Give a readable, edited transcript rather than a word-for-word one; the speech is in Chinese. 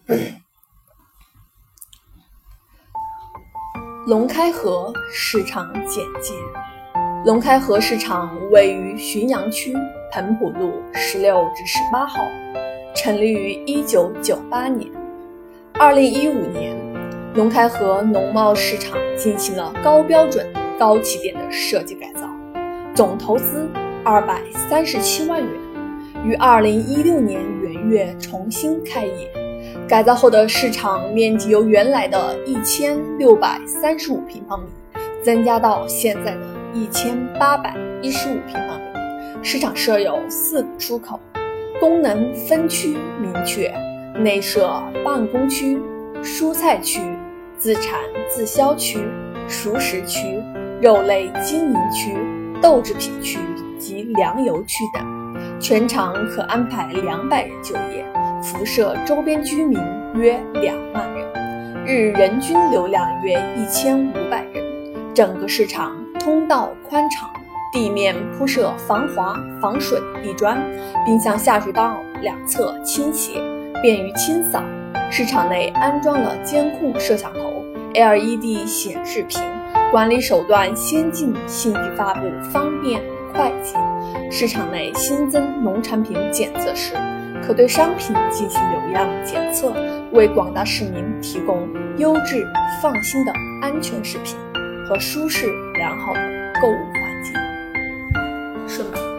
龙开河市场简介。龙开河市场位于浔阳区彭浦路16至18号，成立于1998年。2015年，龙开河农贸市场进行了高标准、高起点的设计改造，总投资237万元，于2016年元月重新开业。改造后的市场面积由原来的1635平方米增加到现在的1815平方米。市场设有4个出口，功能分区明确，内设办公区、蔬菜区、自产自销区、熟食区、肉类经营区、豆制品区及粮油区等，全场可安排200人就业，辐射周边居民约2万人，日人均流量约1500人。整个市场通道宽敞，地面铺设防滑防水地砖，并向下水道两侧倾斜，便于清扫。市场内安装了监控摄像头、LED 显示屏，管理手段先进，信息发布方便快捷。市场内新增农产品检测室，可对商品进行流样检测，为广大市民提供优质放心的安全食品和舒适良好的购物环境。顺便